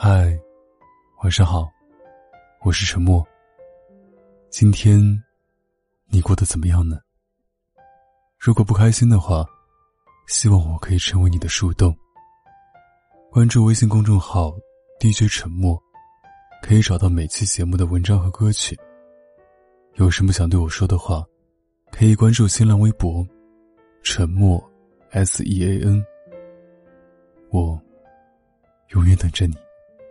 嗨，晚上好，我是沉默。今天你过得怎么样呢？如果不开心的话，希望我可以成为你的树洞。关注微信公众号 DJ 沉默，可以找到每期节目的文章和歌曲。有什么想对我说的话，可以关注新浪微博沉默 SEAN， 我永远等着你。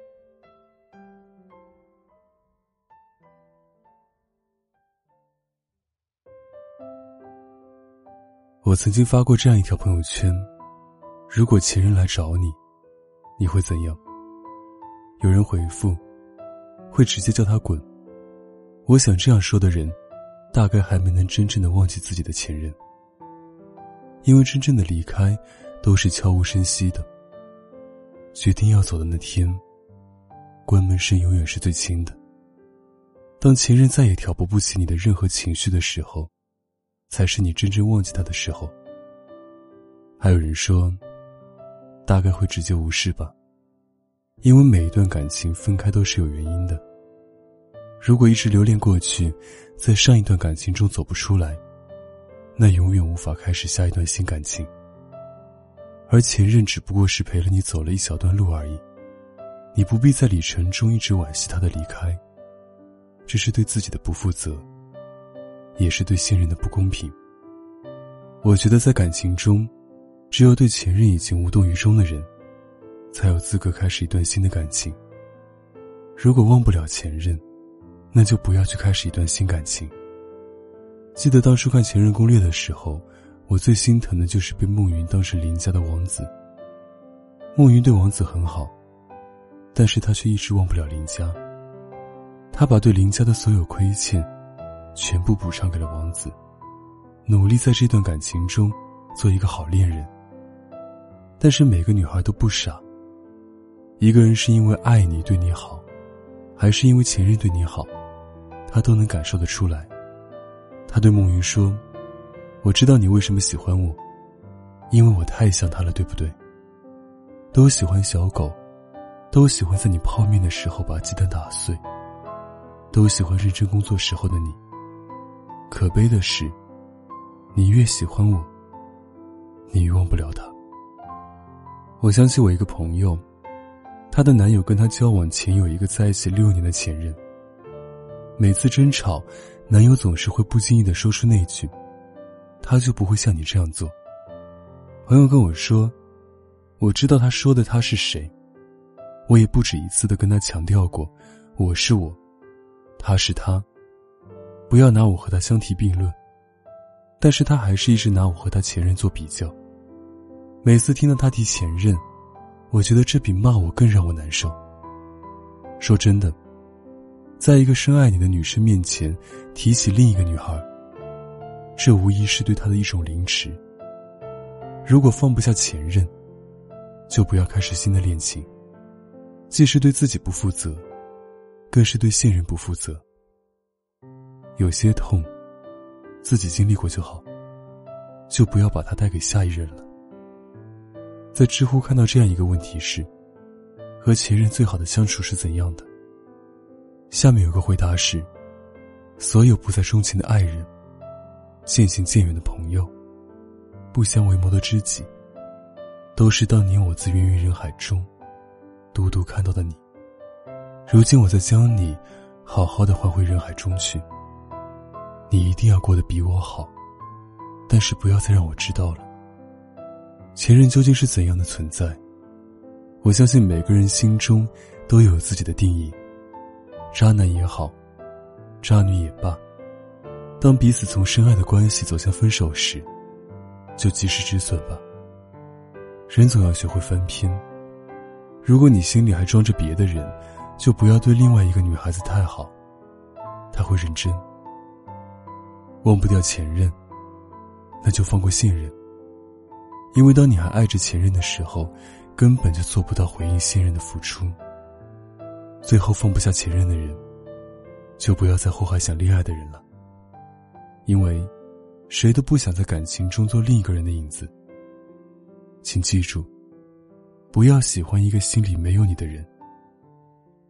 我曾经发过这样一条朋友圈：如果前任来找你，你会怎样？有人回复，会直接叫他滚。我想这样说的人，大概还没能真正的忘记自己的前任，因为真正的离开都是悄无声息的。决定要走的那天，关门声永远是最轻的。当前任再也挑拨不起你的任何情绪的时候，才是你真正忘记他的时候。还有人说，大概会直接无视吧，因为每一段感情分开都是有原因的。如果一直留恋过去，在上一段感情中走不出来，那永远无法开始下一段新感情。而前任只不过是陪了你走了一小段路而已，你不必在旅程中一直惋惜他的离开，这是对自己的不负责，也是对现任的不公平。我觉得在感情中，只有对前任已经无动于衷的人，才有资格开始一段新的感情。如果忘不了前任，那就不要去开始一段新感情。记得当初看《前任攻略》的时候，我最心疼的就是被孟云当成林家的王子。孟云对王子很好，但是他却一直忘不了林家。他把对林家的所有亏欠全部补偿给了王子，努力在这段感情中做一个好恋人。但是每个女孩都不傻，一个人是因为爱你对你好，还是因为前任对你好，他都能感受得出来。他对孟云说，我知道你为什么喜欢我，因为我太像他了，对不对？都喜欢小狗，都喜欢在你泡面的时候把鸡蛋打碎，都喜欢认真工作时候的你。可悲的是，你越喜欢我，你越忘不了他。我想起我一个朋友，她的男友跟她交往前有一个在一起6年的前任。每次争吵，男友总是会不经意地说出那句，他就不会像你这样做。朋友跟我说，我知道他说的他是谁，我也不止一次地跟他强调过，我是我，他是他，不要拿我和他相提并论。但是他还是一直拿我和他前任做比较。每次听到他提前任，我觉得这比骂我更让我难受。说真的，在一个深爱你的女生面前提起另一个女孩，这无疑是对她的一种凌迟。如果放不下前任，就不要开始新的恋情，既是对自己不负责，更是对现任不负责。有些痛自己经历过就好，就不要把它带给下一任了。在知乎看到这样一个问题是，和前任最好的相处是怎样的？下面有个回答是，所有不再钟情的爱人，渐行渐远的朋友，不相为谋的知己，都是当年我自芸芸人海中独独看到的你。如今我在将你好好的还回人海中去，你一定要过得比我好，但是不要再让我知道了。前任究竟是怎样的存在？我相信每个人心中都有自己的定义。渣男也好，渣女也罢，当彼此从深爱的关系走向分手时，就及时止损吧。人总要学会翻篇，如果你心里还装着别的人，就不要对另外一个女孩子太好，她会认真。忘不掉前任，那就放过现任，因为当你还爱着前任的时候，根本就做不到回应现任的付出。最后放不下前任的人，就不要在后还想恋爱的人了，因为谁都不想在感情中做另一个人的影子。请记住，不要喜欢一个心里没有你的人，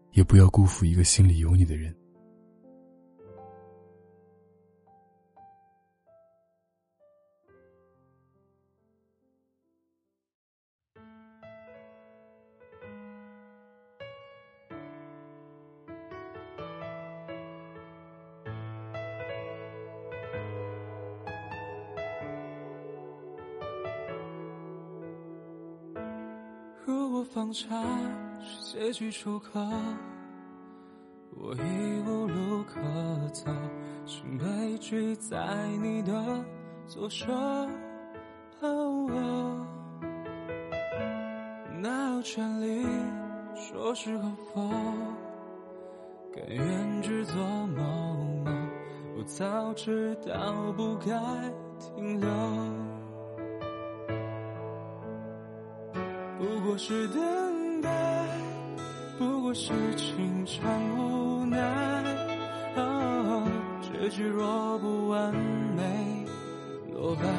也不要辜负一个心里有你的人。 如果放下是结局出口，我已无路可走，心被拒在你的左手。哪有权利说是和否？甘愿只做某某，我早知道不该停留。不过是等待，不过是情场无奈。结局若不完美，落败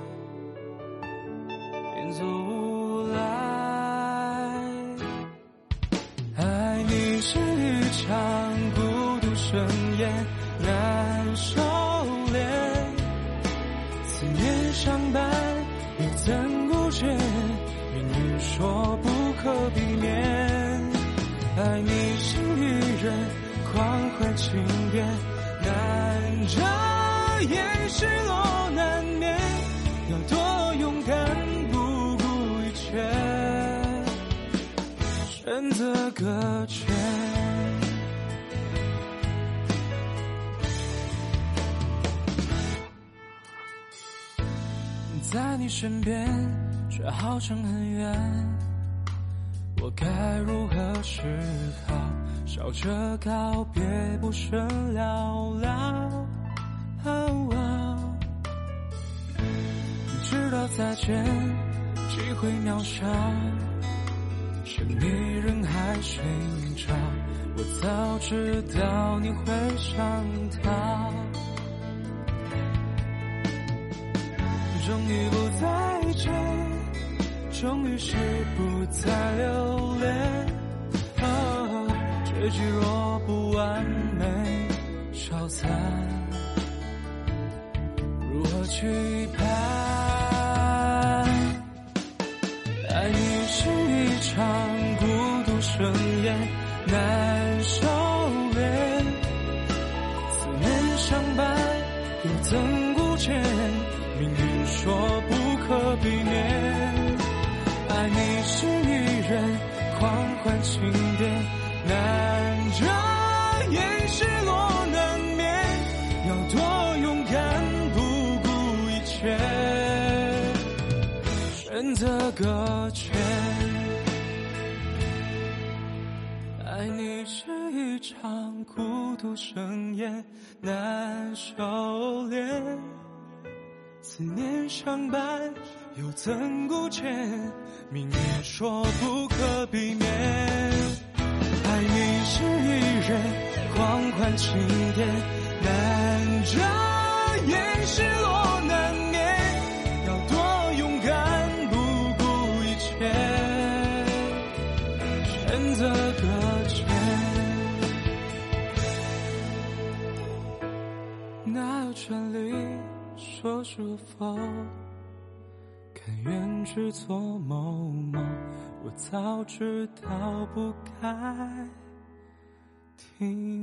便走无赖。爱你是一场孤独盛宴，难收敛。思念相伴，又怎顾见？命运说不可避免，爱你是一人狂欢庆典，难遮掩，失落难免，要多勇敢，不顾一切，选择搁浅。在你身边却好像很远，我该如何是好？笑着告别，不甚寥寥。知道再见机会渺小，沉溺人海寻找，我早知道你会想他。终于不再见，终于是不再留恋。结局若不完美，消散如何期盼？爱你是一场孤独盛宴，难收敛。思念相伴，又怎顾见？命运说不可避免。爱你是一人狂欢庆典，难遮掩，失落难免，要多勇敢，不顾一切，选择搁浅。爱你是一场孤独盛宴，难收敛。思念相伴，又怎顾见？命运说不可避免。爱你是一人狂欢庆典，难遮掩，失落难免，要多勇敢，不顾一切，选择搁浅。哪有权利说是否？甘愿只做某某，我早知道不该停